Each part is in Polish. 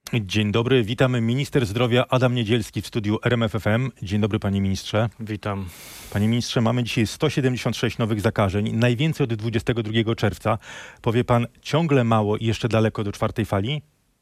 Dzień dobry, witamy. Minister zdrowia Adam Niedzielski w studiu RMF FM. Dzień dobry, panie ministrze. Witam. Panie ministrze, mamy dzisiaj 176 nowych zakażeń, najwięcej od 22 czerwca. Powie pan, ciągle mało i jeszcze daleko do czwartej fali?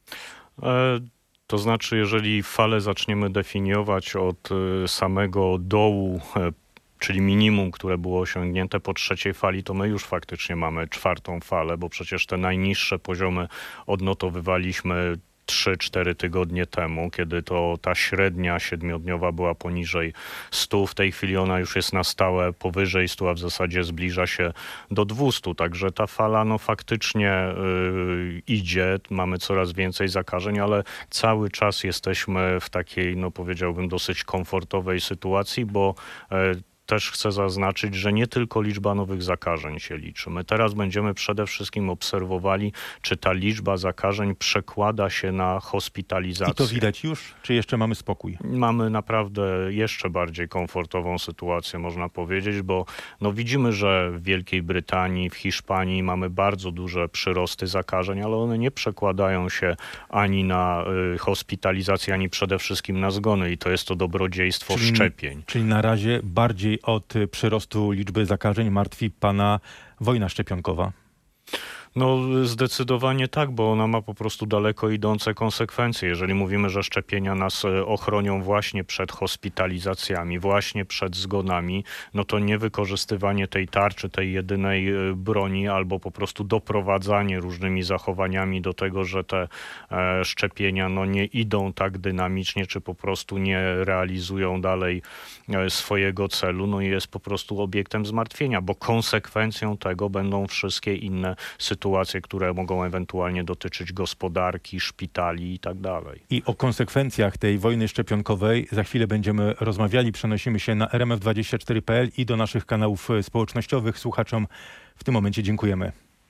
To znaczy, jeżeli falę zaczniemy definiować od samego dołu, czyli minimum, które było osiągnięte po trzeciej fali, to my już faktycznie mamy czwartą falę, bo przecież te najniższe poziomy odnotowywaliśmy 3-4 tygodnie temu, kiedy to ta średnia siedmiodniowa była poniżej 100. W tej chwili ona już jest na stałe powyżej 100, a w zasadzie zbliża się do 200. Także ta fala faktycznie idzie. Mamy coraz więcej zakażeń, ale cały czas jesteśmy w takiej, powiedziałbym, dosyć komfortowej sytuacji, bo też chcę zaznaczyć, że nie tylko liczba nowych zakażeń się liczy. My teraz będziemy przede wszystkim obserwowali, czy ta liczba zakażeń przekłada się na hospitalizację. I to widać już, czy jeszcze mamy spokój? Mamy naprawdę jeszcze bardziej komfortową sytuację, można powiedzieć, bo widzimy, że w Wielkiej Brytanii, w Hiszpanii mamy bardzo duże przyrosty zakażeń, ale one nie przekładają się ani na hospitalizację, ani przede wszystkim na zgony i to jest to dobrodziejstwo szczepień. Czyli na razie bardziej od przyrostu liczby zakażeń martwi pana wojna szczepionkowa? Zdecydowanie tak, bo ona ma po prostu daleko idące konsekwencje. Jeżeli mówimy, że szczepienia nas ochronią właśnie przed hospitalizacjami, właśnie przed zgonami, to niewykorzystywanie tej tarczy, tej jedynej broni albo po prostu doprowadzanie różnymi zachowaniami do tego, że te szczepienia nie idą tak dynamicznie, czy po prostu nie realizują dalej swojego celu, jest po prostu obiektem zmartwienia, bo konsekwencją tego będą wszystkie inne sytuacje, które mogą ewentualnie dotyczyć gospodarki, szpitali i tak dalej. I o konsekwencjach tej wojny szczepionkowej za chwilę będziemy rozmawiali. Przenosimy się na rmf24.pl i do naszych kanałów społecznościowych. Słuchaczom w tym momencie dziękujemy.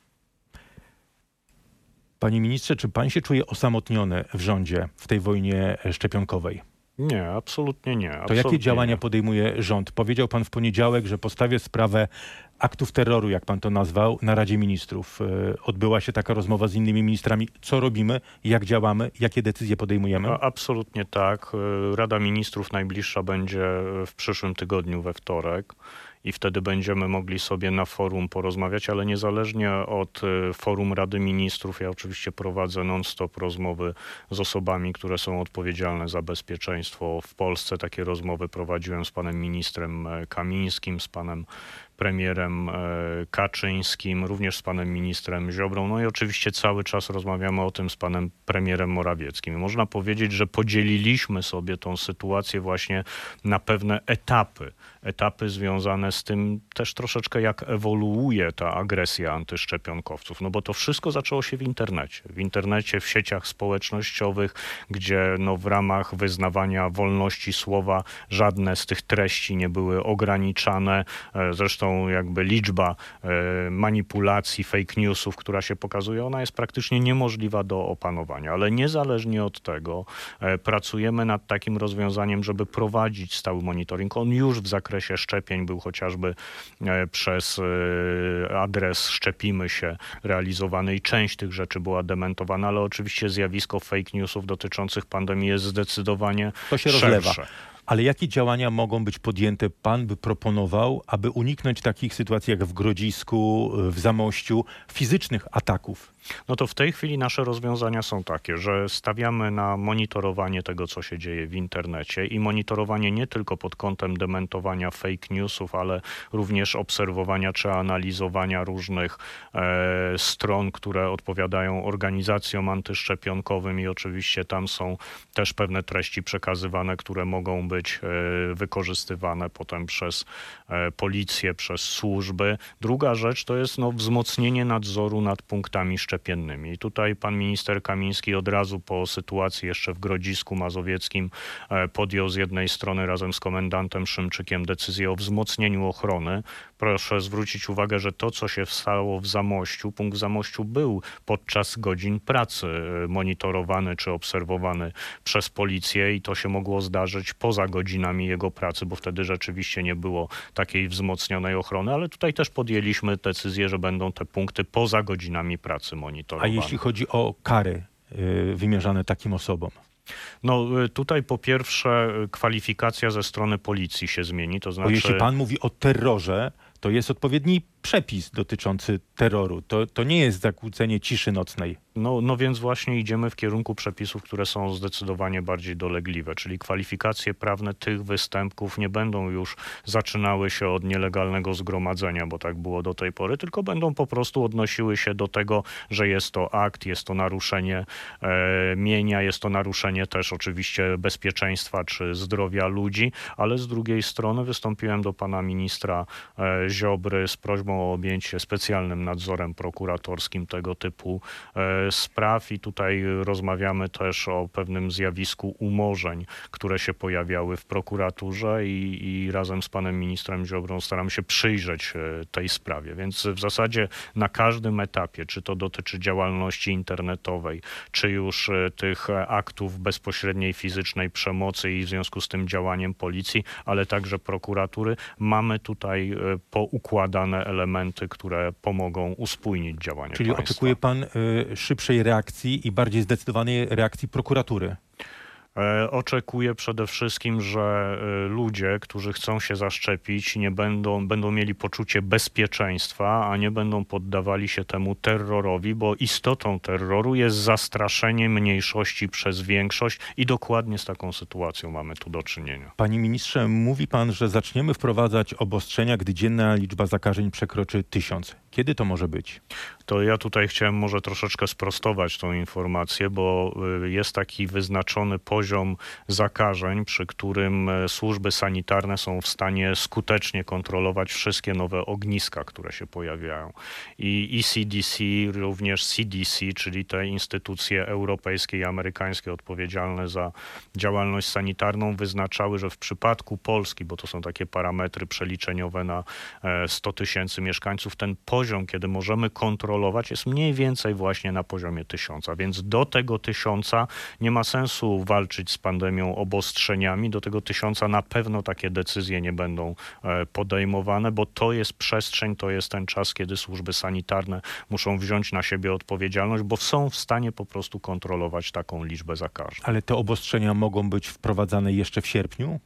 Panie ministrze, czy pan się czuje osamotniony w rządzie w tej wojnie szczepionkowej? Nie, absolutnie nie. To jakie działania podejmuje rząd? Powiedział pan w poniedziałek, że postawi sprawę aktów terroru, jak pan to nazwał, na Radzie Ministrów. Odbyła się taka rozmowa z innymi ministrami. Co robimy? Jak działamy? Jakie decyzje podejmujemy? Absolutnie tak. Rada Ministrów najbliższa będzie w przyszłym tygodniu we wtorek. I wtedy będziemy mogli sobie na forum porozmawiać, ale niezależnie od forum Rady Ministrów, ja oczywiście prowadzę non-stop rozmowy z osobami, które są odpowiedzialne za bezpieczeństwo w Polsce. Takie rozmowy prowadziłem z panem ministrem Kamińskim, z panem premierem Kaczyńskim, również z panem ministrem Ziobrą. I oczywiście cały czas rozmawiamy o tym z panem premierem Morawieckim. Można powiedzieć, że podzieliliśmy sobie tą sytuację właśnie na pewne etapy. Etapy związane z tym też troszeczkę, jak ewoluuje ta agresja antyszczepionkowców. Bo to wszystko zaczęło się w internecie. W internecie, w sieciach społecznościowych, gdzie w ramach wyznawania wolności słowa żadne z tych treści nie były ograniczane. Zresztą jakby liczba manipulacji, fake newsów, która się pokazuje, ona jest praktycznie niemożliwa do opanowania. Ale niezależnie od tego pracujemy nad takim rozwiązaniem, żeby prowadzić stały monitoring. On już w zakresie szczepień był chociażby przez adres Szczepimy się realizowany i część tych rzeczy była dementowana, ale oczywiście zjawisko fake newsów dotyczących pandemii jest zdecydowanie to się szersze. Rozlewa. Ale jakie działania mogą być podjęte, pan by proponował, aby uniknąć takich sytuacji jak w Grodzisku, w Zamościu, fizycznych ataków? To w tej chwili nasze rozwiązania są takie, że stawiamy na monitorowanie tego, co się dzieje w internecie i monitorowanie nie tylko pod kątem dementowania fake newsów, ale również obserwowania czy analizowania różnych stron, które odpowiadają organizacjom antyszczepionkowym i oczywiście tam są też pewne treści przekazywane, które mogą być wykorzystywane potem przez policję, przez służby. Druga rzecz to jest wzmocnienie nadzoru nad punktami szczepiennymi. I tutaj pan minister Kamiński od razu po sytuacji jeszcze w Grodzisku Mazowieckim podjął z jednej strony razem z komendantem Szymczykiem decyzję o wzmocnieniu ochrony. Proszę zwrócić uwagę, że to, co się stało w Zamościu, punkt w Zamościu był podczas godzin pracy monitorowany czy obserwowany przez policję i to się mogło zdarzyć poza godzinami jego pracy, bo wtedy rzeczywiście nie było takiej wzmocnionej ochrony, ale tutaj też podjęliśmy decyzję, że będą te punkty poza godzinami pracy monitorowane. A jeśli chodzi o kary wymierzane takim osobom? No tutaj po pierwsze kwalifikacja ze strony policji się zmieni, to znaczy... Bo jeśli pan mówi o terrorze, to jest odpowiedni przepis dotyczący terroru. To nie jest zakłócenie ciszy nocnej. No więc właśnie idziemy w kierunku przepisów, które są zdecydowanie bardziej dolegliwe, czyli kwalifikacje prawne tych występków nie będą już zaczynały się od nielegalnego zgromadzenia, bo tak było do tej pory, tylko będą po prostu odnosiły się do tego, że jest to akt, jest to naruszenie mienia, jest to naruszenie też oczywiście bezpieczeństwa czy zdrowia ludzi, ale z drugiej strony wystąpiłem do pana ministra Ziobry z prośbą o objęcie specjalnym nadzorem prokuratorskim tego typu spraw i tutaj rozmawiamy też o pewnym zjawisku umorzeń, które się pojawiały w prokuraturze i razem z panem ministrem Ziobrą staram się przyjrzeć tej sprawie. Więc w zasadzie na każdym etapie, czy to dotyczy działalności internetowej, czy już tych aktów bezpośredniej fizycznej przemocy i w związku z tym działaniem policji, ale także prokuratury, mamy tutaj poukładane elementy, które pomogą uspójnić działanie Czyli państwa. oczekuje pan szybszej reakcji i bardziej zdecydowanej reakcji prokuratury? Oczekuję przede wszystkim, że ludzie, którzy chcą się zaszczepić, będą mieli poczucie bezpieczeństwa, a nie będą poddawali się temu terrorowi, bo istotą terroru jest zastraszenie mniejszości przez większość i dokładnie z taką sytuacją mamy tu do czynienia. Panie ministrze, mówi pan, że zaczniemy wprowadzać obostrzenia, gdy dzienna liczba zakażeń przekroczy 1000. Kiedy to może być? To ja tutaj chciałem może troszeczkę sprostować tą informację, bo jest taki wyznaczony poziom zakażeń, przy którym służby sanitarne są w stanie skutecznie kontrolować wszystkie nowe ogniska, które się pojawiają. I ECDC, również CDC, czyli te instytucje europejskie i amerykańskie odpowiedzialne za działalność sanitarną, wyznaczały, że w przypadku Polski, bo to są takie parametry przeliczeniowe na 100 000 mieszkańców, ten poziom, kiedy możemy kontrolować, jest mniej więcej właśnie na poziomie 1000. Więc do tego 1000 nie ma sensu walczyć z pandemią obostrzeniami. Do tego 1000 na pewno takie decyzje nie będą podejmowane, bo to jest przestrzeń, to jest ten czas, kiedy służby sanitarne muszą wziąć na siebie odpowiedzialność, bo są w stanie po prostu kontrolować taką liczbę zakażeń. Ale te obostrzenia mogą być wprowadzane jeszcze w sierpniu?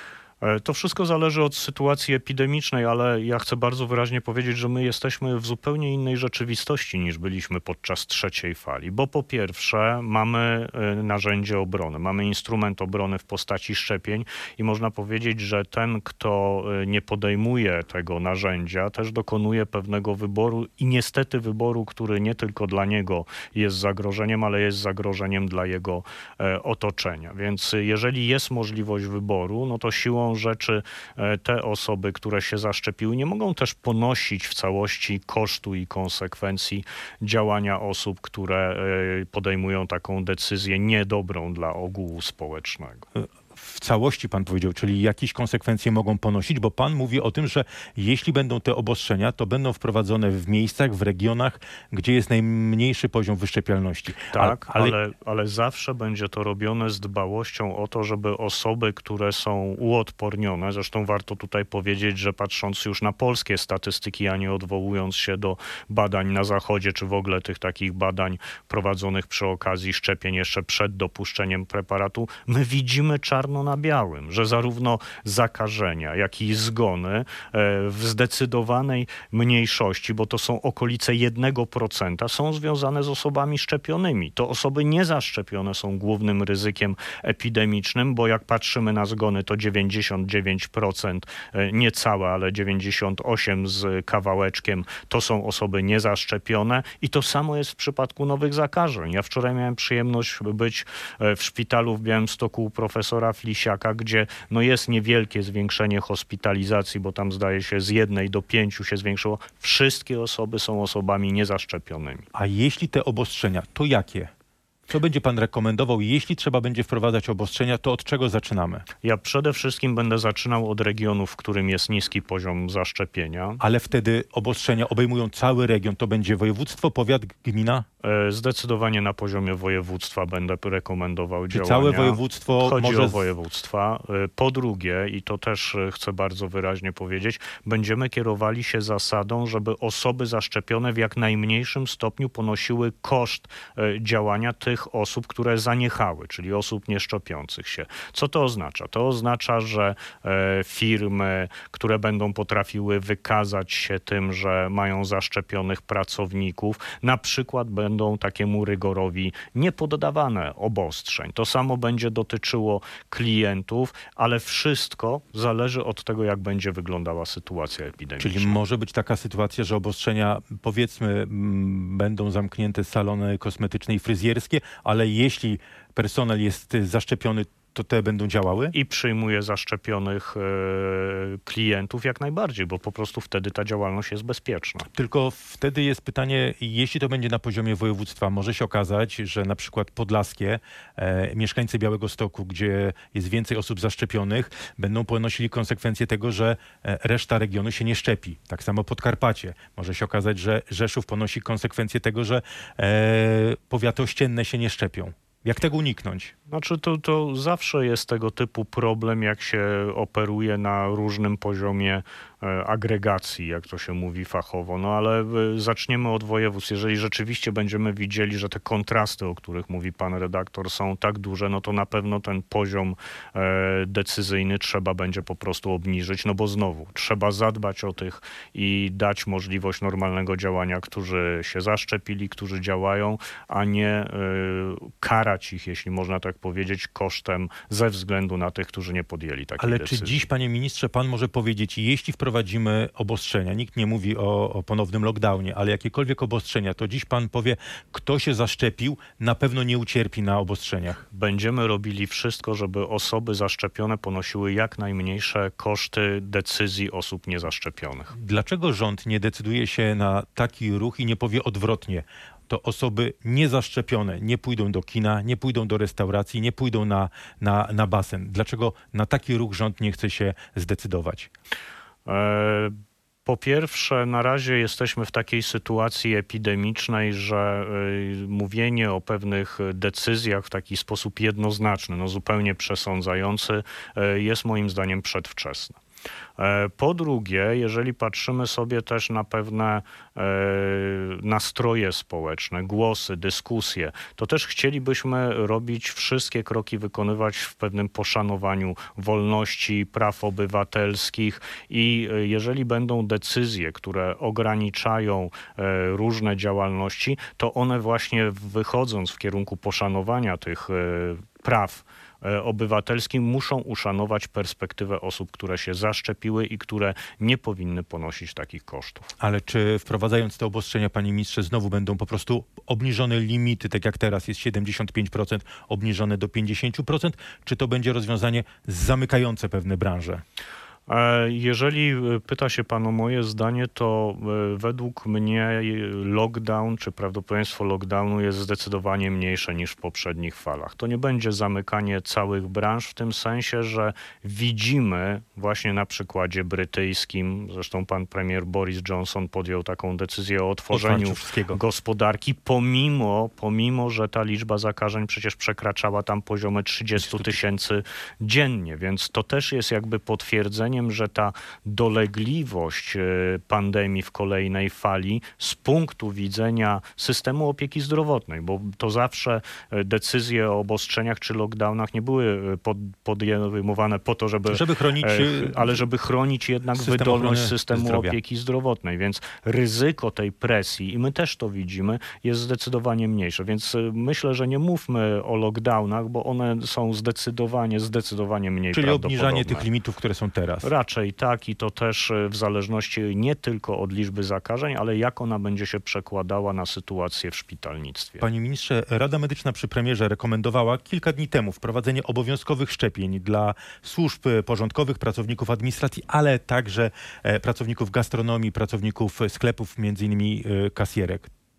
To wszystko zależy od sytuacji epidemicznej, ale ja chcę bardzo wyraźnie powiedzieć, że my jesteśmy w zupełnie innej rzeczywistości niż byliśmy podczas trzeciej fali, bo po pierwsze mamy narzędzie obrony, mamy instrument obrony w postaci szczepień i można powiedzieć, że ten, kto nie podejmuje tego narzędzia, też dokonuje pewnego wyboru i niestety wyboru, który nie tylko dla niego jest zagrożeniem, ale jest zagrożeniem dla jego otoczenia. Więc jeżeli jest możliwość wyboru, no to siłą rzeczy te osoby, które się zaszczepiły, nie mogą też ponosić w całości kosztu i konsekwencji działania osób, które podejmują taką decyzję niedobrą dla ogółu społecznego. W całości pan powiedział, czyli jakieś konsekwencje mogą ponosić, bo pan mówi o tym, że jeśli będą te obostrzenia, to będą wprowadzone w miejscach, w regionach, gdzie jest najmniejszy poziom wyszczepialności. Tak, ale zawsze będzie to robione z dbałością o to, żeby osoby, które są uodpornione, zresztą warto tutaj powiedzieć, że patrząc już na polskie statystyki, a nie odwołując się do badań na Zachodzie, czy w ogóle tych takich badań prowadzonych przy okazji szczepień jeszcze przed dopuszczeniem preparatu, my widzimy czarno na białym, że zarówno zakażenia, jak i zgony w zdecydowanej mniejszości, bo to są okolice 1%, są związane z osobami szczepionymi. To osoby niezaszczepione są głównym ryzykiem epidemicznym, bo jak patrzymy na zgony, to 99%, niecałe, ale 98 z kawałeczkiem, to są osoby niezaszczepione i to samo jest w przypadku nowych zakażeń. Ja wczoraj miałem przyjemność być w szpitalu w Białymstoku u profesora Flisiaka, gdzie no jest niewielkie zwiększenie hospitalizacji, bo tam zdaje się z 1 do 5 się zwiększyło. Wszystkie osoby są osobami niezaszczepionymi. A jeśli te obostrzenia, to jakie? Co będzie pan rekomendował? Jeśli trzeba będzie wprowadzać obostrzenia, to od czego zaczynamy? Ja przede wszystkim będę zaczynał od regionów, w którym jest niski poziom zaszczepienia. Ale wtedy obostrzenia obejmują cały region. To będzie województwo, powiat, gmina? Zdecydowanie na poziomie województwa będę rekomendował Czy działania. całe województwo Chodzi może... o województwa. Po drugie, i to też chcę bardzo wyraźnie powiedzieć, będziemy kierowali się zasadą, żeby osoby zaszczepione w jak najmniejszym stopniu ponosiły koszt działania tych osób, które zaniechały, czyli osób nieszczepiących się. Co to oznacza? To oznacza, że firmy, które będą potrafiły wykazać się tym, że mają zaszczepionych pracowników, na przykład będą takiemu rygorowi niepoddawane obostrzeń. To samo będzie dotyczyło klientów, ale wszystko zależy od tego, jak będzie wyglądała sytuacja epidemiczna. Czyli może być taka sytuacja, że obostrzenia, powiedzmy, będą zamknięte salony kosmetyczne i fryzjerskie, ale jeśli personel jest zaszczepiony, to te będą działały? I przyjmuje zaszczepionych klientów jak najbardziej, bo po prostu wtedy ta działalność jest bezpieczna. Tylko wtedy jest pytanie, jeśli to będzie na poziomie województwa, może się okazać, że na przykład podlaskie, mieszkańcy Białegostoku, gdzie jest więcej osób zaszczepionych, będą ponosili konsekwencje tego, że reszta regionu się nie szczepi. Tak samo Podkarpacie. Może się okazać, że Rzeszów ponosi konsekwencje tego, że powiaty ościenne się nie szczepią. Jak tego uniknąć? Znaczy to zawsze jest tego typu problem, jak się operuje na różnym poziomie agregacji, jak to się mówi fachowo. No ale zaczniemy od województw. Jeżeli rzeczywiście będziemy widzieli, że te kontrasty, o których mówi pan redaktor, są tak duże, no to na pewno ten poziom decyzyjny trzeba będzie po prostu obniżyć, no bo znowu trzeba zadbać o tych i dać możliwość normalnego działania, którzy się zaszczepili, którzy działają, a nie karać ich, jeśli można tak powiedzieć, kosztem ze względu na tych, którzy nie podjęli takiej decyzji. Ale czy dziś, panie ministrze, pan może powiedzieć, jeśli wprowadzimy obostrzenia, nikt nie mówi o ponownym lockdownie, ale jakiekolwiek obostrzenia, to dziś pan powie, kto się zaszczepił, na pewno nie ucierpi na obostrzeniach. Będziemy robili wszystko, żeby osoby zaszczepione ponosiły jak najmniejsze koszty decyzji osób niezaszczepionych. Dlaczego rząd nie decyduje się na taki ruch i nie powie odwrotnie? To osoby niezaszczepione nie pójdą do kina, nie pójdą do restauracji, nie pójdą na basen. Dlaczego na taki ruch rząd nie chce się zdecydować? Po pierwsze, na razie jesteśmy w takiej sytuacji epidemicznej, że mówienie o pewnych decyzjach w taki sposób jednoznaczny, no zupełnie przesądzający, jest moim zdaniem przedwczesne. Po drugie, jeżeli patrzymy sobie też na pewne nastroje społeczne, głosy, dyskusje, to też chcielibyśmy robić wszystkie kroki, wykonywać w pewnym poszanowaniu wolności, praw obywatelskich i jeżeli będą decyzje, które ograniczają różne działalności, to one właśnie wychodząc w kierunku poszanowania tych praw obywatelskim muszą uszanować perspektywę osób, które się zaszczepiły i które nie powinny ponosić takich kosztów. Ale czy wprowadzając te obostrzenia, panie ministrze, znowu będą po prostu obniżone limity, tak jak teraz jest 75%, obniżone do 50%, czy to będzie rozwiązanie zamykające pewne branże? Jeżeli pyta się pan o moje zdanie, to według mnie lockdown, czy prawdopodobieństwo lockdownu jest zdecydowanie mniejsze niż w poprzednich falach. To nie będzie zamykanie całych branż w tym sensie, że widzimy właśnie na przykładzie brytyjskim, zresztą pan premier Boris Johnson podjął taką decyzję o otworzeniu gospodarki, pomimo, że ta liczba zakażeń przecież przekraczała tam poziomy 30 000 dziennie, więc to też jest jakby potwierdzenie, że ta dolegliwość pandemii w kolejnej fali z punktu widzenia systemu opieki zdrowotnej, bo to zawsze decyzje o obostrzeniach czy lockdownach nie były podejmowane po to, żeby chronić, ale żeby chronić jednak wydolność systemu opieki zdrowotnej, więc ryzyko tej presji, i my też to widzimy, jest zdecydowanie mniejsze, więc myślę, że nie mówmy o lockdownach, bo one są zdecydowanie mniej prawdopodobne. Czyli obniżanie tych limitów, które są teraz. Raczej tak i to też w zależności nie tylko od liczby zakażeń, ale jak ona będzie się przekładała na sytuację w szpitalnictwie. Panie ministrze, Rada Medyczna przy premierze rekomendowała kilka dni temu wprowadzenie obowiązkowych szczepień dla służb porządkowych, pracowników administracji, ale także pracowników gastronomii, pracowników sklepów, między innymi kasjerek.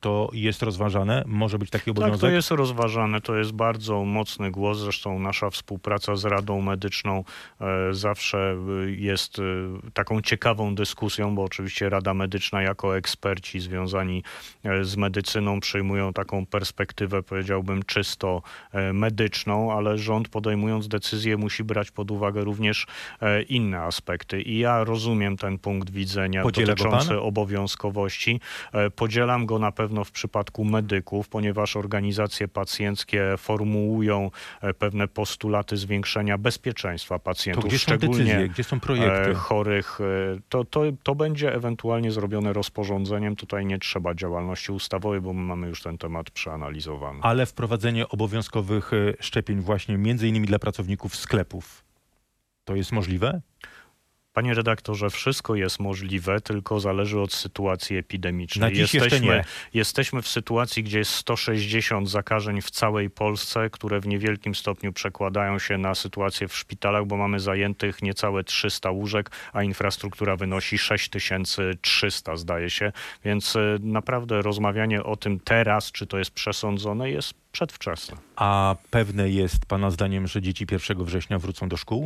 To jest rozważane? Może być taki obowiązek? Tak, to jest rozważane, to jest bardzo mocny głos. Zresztą nasza współpraca z Radą Medyczną zawsze jest taką ciekawą dyskusją, bo oczywiście Rada Medyczna jako eksperci związani z medycyną przyjmują taką perspektywę, powiedziałbym, czysto medyczną, ale rząd podejmując decyzję musi brać pod uwagę również inne aspekty. I ja rozumiem ten punkt widzenia dotyczący obowiązkowości. Podzielam go na pewno w przypadku medyków, ponieważ organizacje pacjenckie formułują pewne postulaty zwiększenia bezpieczeństwa pacjentów, to gdzie są decyzje, gdzie są projekty chorych. To będzie ewentualnie zrobione rozporządzeniem. Tutaj nie trzeba działalności ustawowej, bo my mamy już ten temat przeanalizowany. Ale wprowadzenie obowiązkowych szczepień właśnie między innymi dla pracowników sklepów, to jest możliwe? Panie redaktorze, wszystko jest możliwe, tylko zależy od sytuacji epidemicznej. Na dziś jeszcze nie. Jesteśmy w sytuacji, gdzie jest 160 zakażeń w całej Polsce, które w niewielkim stopniu przekładają się na sytuację w szpitalach, bo mamy zajętych niecałe 300 łóżek, a infrastruktura wynosi 6300, zdaje się. Więc naprawdę rozmawianie o tym teraz, czy to jest przesądzone, jest przedwczesne. A pewne jest pana zdaniem, że dzieci 1 września wrócą do szkół?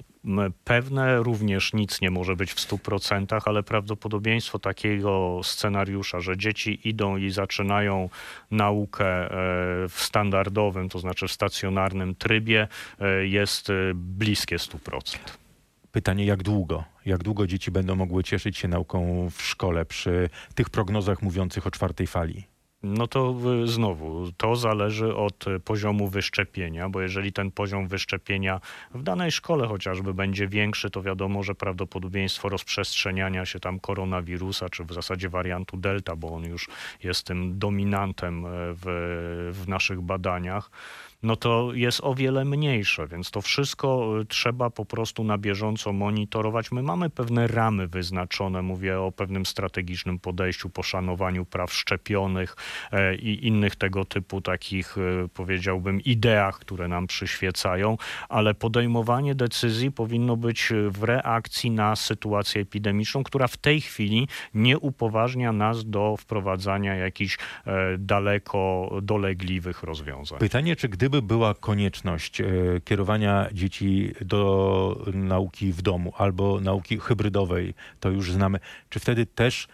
Pewne również nic nie może być w 100%, ale prawdopodobieństwo takiego scenariusza, że dzieci idą i zaczynają naukę w standardowym, to znaczy w stacjonarnym trybie, jest bliskie 100%. Pytanie, jak długo? Jak długo dzieci będą mogły cieszyć się nauką w szkole przy tych prognozach mówiących o 4. fali? No to znowu, to zależy od poziomu wyszczepienia, bo jeżeli ten poziom wyszczepienia w danej szkole chociażby będzie większy, to wiadomo, że prawdopodobieństwo rozprzestrzeniania się tam koronawirusa, czy w zasadzie wariantu Delta, bo on już jest tym dominantem w naszych badaniach, no to jest o wiele mniejsze, więc to wszystko trzeba po prostu na bieżąco monitorować. My mamy pewne ramy wyznaczone, mówię o pewnym strategicznym podejściu, poszanowaniu praw szczepionych i innych tego typu takich, powiedziałbym, ideach, które nam przyświecają, ale podejmowanie decyzji powinno być w reakcji na sytuację epidemiczną, która w tej chwili nie upoważnia nas do wprowadzania jakichś daleko dolegliwych rozwiązań. Pytanie, czy gdyby była konieczność kierowania dzieci do nauki w domu albo nauki hybrydowej, to już znamy, czy wtedy też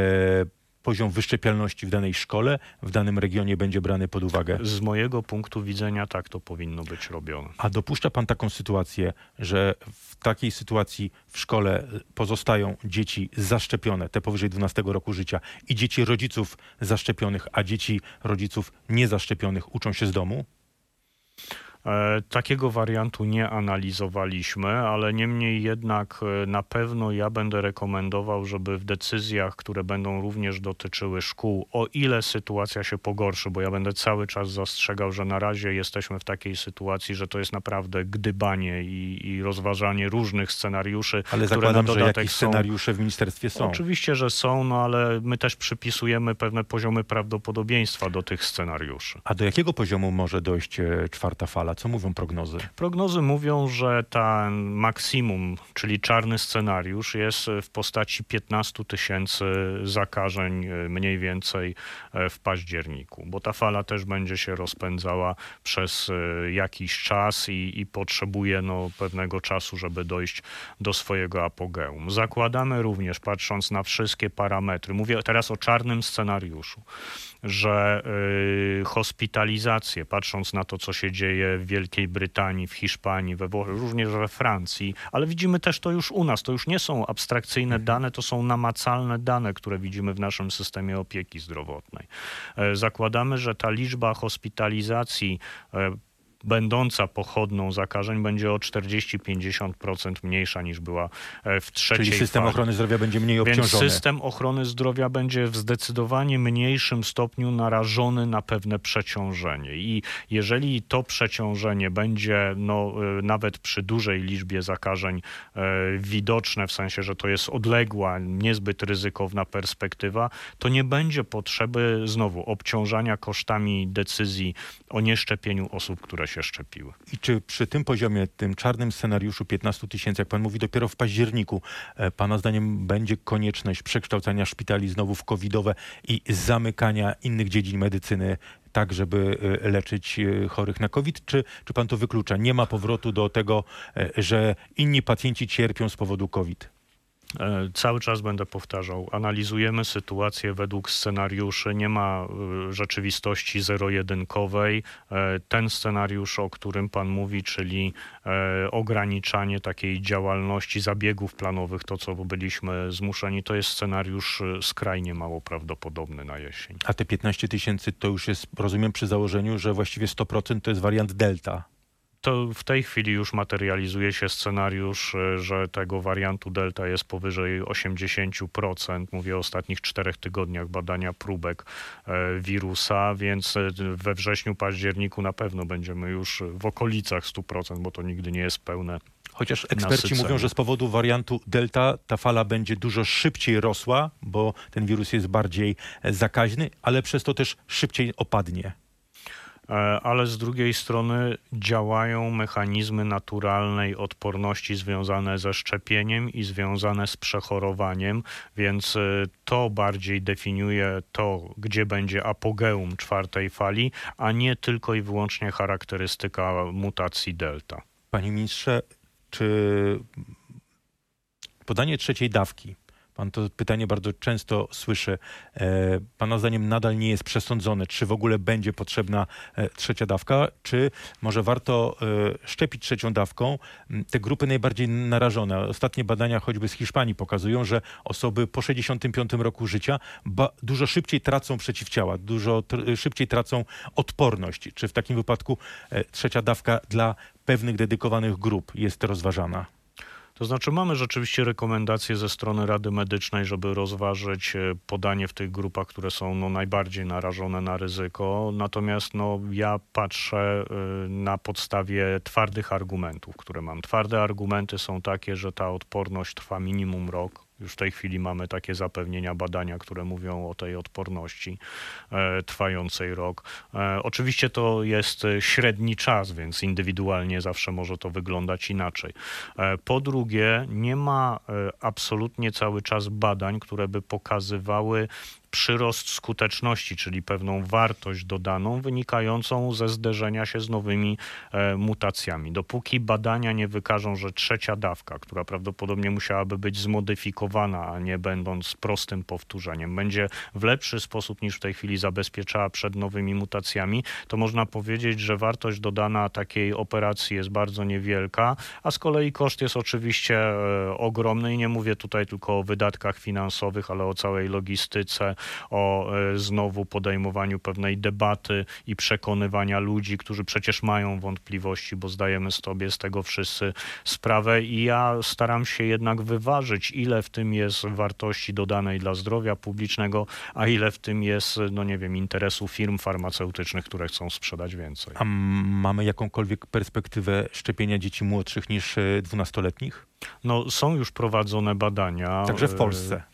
poziom wyszczepialności w danej szkole, w danym regionie będzie brany pod uwagę? Z mojego punktu widzenia tak to powinno być robione. A dopuszcza pan taką sytuację, że w takiej sytuacji w szkole pozostają dzieci zaszczepione, te powyżej 12 roku życia i dzieci rodziców zaszczepionych, a dzieci rodziców niezaszczepionych uczą się z domu? Takiego wariantu nie analizowaliśmy, ale niemniej jednak na pewno ja będę rekomendował, żeby w decyzjach, które będą również dotyczyły szkół, o ile sytuacja się pogorszy, bo ja będę cały czas zastrzegał, że na razie jesteśmy w takiej sytuacji, że to jest naprawdę gdybanie i rozważanie różnych scenariuszy. Ale które zakładam, na że dodatek jakieś scenariusze w ministerstwie są. Oczywiście, że są, no ale my też przypisujemy pewne poziomy prawdopodobieństwa do tych scenariuszy. A do jakiego poziomu może dojść 4. fala? Co mówią prognozy? Prognozy mówią, że ten maksimum, czyli czarny scenariusz jest w postaci 15 000 zakażeń mniej więcej w październiku, bo ta fala też będzie się rozpędzała przez jakiś czas i potrzebuje pewnego czasu, żeby dojść do swojego apogeum. Zakładamy również, patrząc na wszystkie parametry, mówię teraz o czarnym scenariuszu, że hospitalizacje, patrząc na to, co się dzieje w Wielkiej Brytanii, w Hiszpanii, we Włoszech, również we Francji, ale widzimy też to już u nas. To już nie są abstrakcyjne dane, to są namacalne dane, które widzimy w naszym systemie opieki zdrowotnej. Zakładamy, że ta liczba hospitalizacji będąca pochodną zakażeń będzie o 40-50% mniejsza niż była w trzeciej Czyli system fali. ochrony zdrowia będzie mniej obciążony. Więc system ochrony zdrowia będzie w zdecydowanie mniejszym stopniu narażony na pewne przeciążenie. I jeżeli to przeciążenie będzie nawet przy dużej liczbie zakażeń widoczne, w sensie, że to jest odległa, niezbyt ryzykowna perspektywa, to nie będzie potrzeby znowu obciążania kosztami decyzji o nieszczepieniu osób, które się się szczepiły. I czy przy tym poziomie, tym czarnym scenariuszu 15 000, jak pan mówi, dopiero w październiku, pana zdaniem będzie konieczność przekształcania szpitali znowu w covidowe i zamykania innych dziedzin medycyny, tak żeby leczyć chorych na COVID? Czy pan to wyklucza? Nie ma powrotu do tego, że inni pacjenci cierpią z powodu COVID? Cały czas będę powtarzał, analizujemy sytuację według scenariuszy, nie ma rzeczywistości zero-jedynkowej. Ten scenariusz, o którym pan mówi, czyli ograniczanie takiej działalności zabiegów planowych, to co byliśmy zmuszeni, to jest scenariusz skrajnie mało prawdopodobny na jesień. A te 15 000 to już jest, rozumiem, przy założeniu, że właściwie 100% to jest wariant delta. To w tej chwili już materializuje się scenariusz, że tego wariantu delta jest powyżej 80%. Mówię o ostatnich 4 tygodniach badania próbek wirusa, więc we wrześniu, październiku na pewno będziemy już w okolicach 100%, bo to nigdy nie jest pełne. Chociaż eksperci mówią, że z powodu wariantu delta ta fala będzie dużo szybciej rosła, bo ten wirus jest bardziej zakaźny, ale przez to też szybciej opadnie. Ale z drugiej strony działają mechanizmy naturalnej odporności związane ze szczepieniem i związane z przechorowaniem, więc to bardziej definiuje to, gdzie będzie apogeum 4. fali, a nie tylko i wyłącznie charakterystyka mutacji delta. Panie ministrze, czy podanie 3. dawki, pan to pytanie bardzo często słyszy, pana zdaniem nadal nie jest przesądzone, czy w ogóle będzie potrzebna 3. dawka, czy może warto szczepić 3. dawką te grupy najbardziej narażone. Ostatnie badania choćby z Hiszpanii pokazują, że osoby po 65 roku życia dużo szybciej tracą przeciwciała, dużo szybciej tracą odporność. Czy w takim wypadku 3. dawka dla pewnych dedykowanych grup jest rozważana? To znaczy mamy rzeczywiście rekomendacje ze strony Rady Medycznej, żeby rozważyć podanie w tych grupach, które są najbardziej narażone na ryzyko. Natomiast ja patrzę na podstawie twardych argumentów, które mam. Twarde argumenty są takie, że ta odporność trwa minimum rok. Już w tej chwili mamy takie zapewnienia, badania, które mówią o tej odporności trwającej rok. Oczywiście to jest średni czas, więc indywidualnie zawsze może to wyglądać inaczej. Po drugie, nie ma absolutnie cały czas badań, które by pokazywały przyrost skuteczności, czyli pewną wartość dodaną wynikającą ze zderzenia się z nowymi mutacjami. Dopóki badania nie wykażą, że 3. dawka, która prawdopodobnie musiałaby być zmodyfikowana, a nie będąc prostym powtórzeniem, będzie w lepszy sposób niż w tej chwili zabezpieczała przed nowymi mutacjami, to można powiedzieć, że wartość dodana takiej operacji jest bardzo niewielka, a z kolei koszt jest oczywiście ogromny i nie mówię tutaj tylko o wydatkach finansowych, ale o całej logistyce, o znowu podejmowaniu pewnej debaty i przekonywania ludzi, którzy przecież mają wątpliwości, bo zdajemy sobie z tego wszyscy sprawę i ja staram się jednak wyważyć, ile w tym jest wartości dodanej dla zdrowia publicznego, a ile w tym jest, interesu firm farmaceutycznych, które chcą sprzedać więcej. A mamy jakąkolwiek perspektywę szczepienia dzieci młodszych niż 12-letnich? Są już prowadzone badania. Także w Polsce.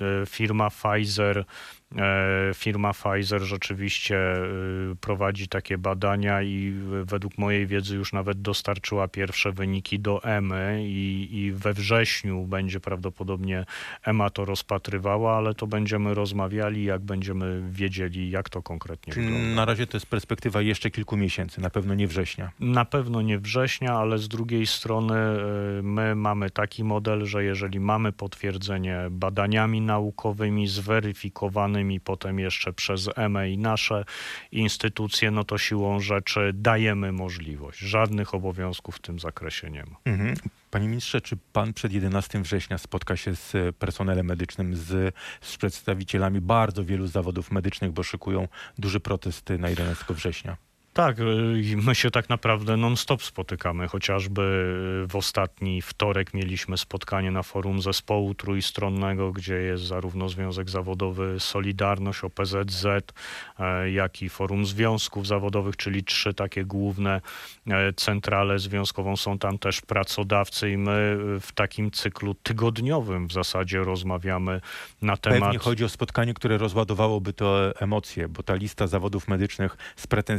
Firma Pfizer rzeczywiście prowadzi takie badania i według mojej wiedzy już nawet dostarczyła pierwsze wyniki do EMA i we wrześniu będzie prawdopodobnie EMA to rozpatrywała, ale to będziemy rozmawiali, jak będziemy wiedzieli, jak to konkretnie wygląda. Na razie to jest perspektywa jeszcze kilku miesięcy, na pewno nie września. Na pewno nie września, ale z drugiej strony my mamy taki model, że jeżeli mamy potwierdzenie badaniami naukowymi, zweryfikowanymi potem jeszcze przez EMA i nasze instytucje, to siłą rzeczy dajemy możliwość. Żadnych obowiązków w tym zakresie nie ma. Panie ministrze, czy pan przed 11 września spotka się z personelem medycznym, z przedstawicielami bardzo wielu zawodów medycznych, bo szykują duży protest na 11 września? Tak, my się tak naprawdę non-stop spotykamy. Chociażby w ostatni wtorek mieliśmy spotkanie na forum zespołu trójstronnego, gdzie jest zarówno Związek Zawodowy Solidarność, OPZZ, jak i Forum Związków Zawodowych, czyli 3 takie główne centrale związkową. Są tam też pracodawcy i my w takim cyklu tygodniowym w zasadzie rozmawiamy na temat... Pewnie chodzi o spotkanie, które rozładowałoby te emocje, bo ta lista zawodów medycznych z pretensjami i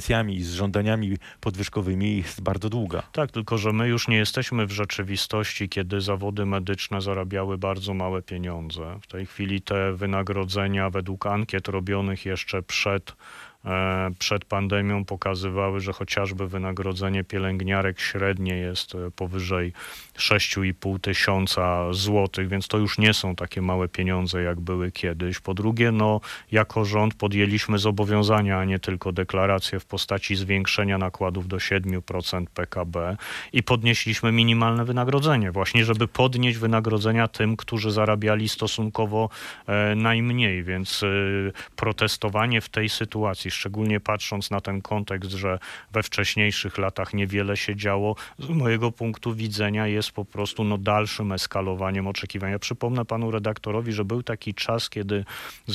z żądaniami podwyżkowymi jest bardzo długa. Tak, tylko że my już nie jesteśmy w rzeczywistości, kiedy zawody medyczne zarabiały bardzo małe pieniądze. W tej chwili te wynagrodzenia według ankiet robionych jeszcze przed pandemią pokazywały, że chociażby wynagrodzenie pielęgniarek średnie jest powyżej 6,5 tysiąca złotych, więc to już nie są takie małe pieniądze, jak były kiedyś. Po drugie, jako rząd podjęliśmy zobowiązania, a nie tylko deklaracje w postaci zwiększenia nakładów do 7% PKB i podnieśliśmy minimalne wynagrodzenie, właśnie żeby podnieść wynagrodzenia tym, którzy zarabiali stosunkowo najmniej, więc protestowanie w tej sytuacji, szczególnie patrząc na ten kontekst, że we wcześniejszych latach niewiele się działo, z mojego punktu widzenia jest po prostu dalszym eskalowaniem oczekiwania. Przypomnę panu redaktorowi, że był taki czas, kiedy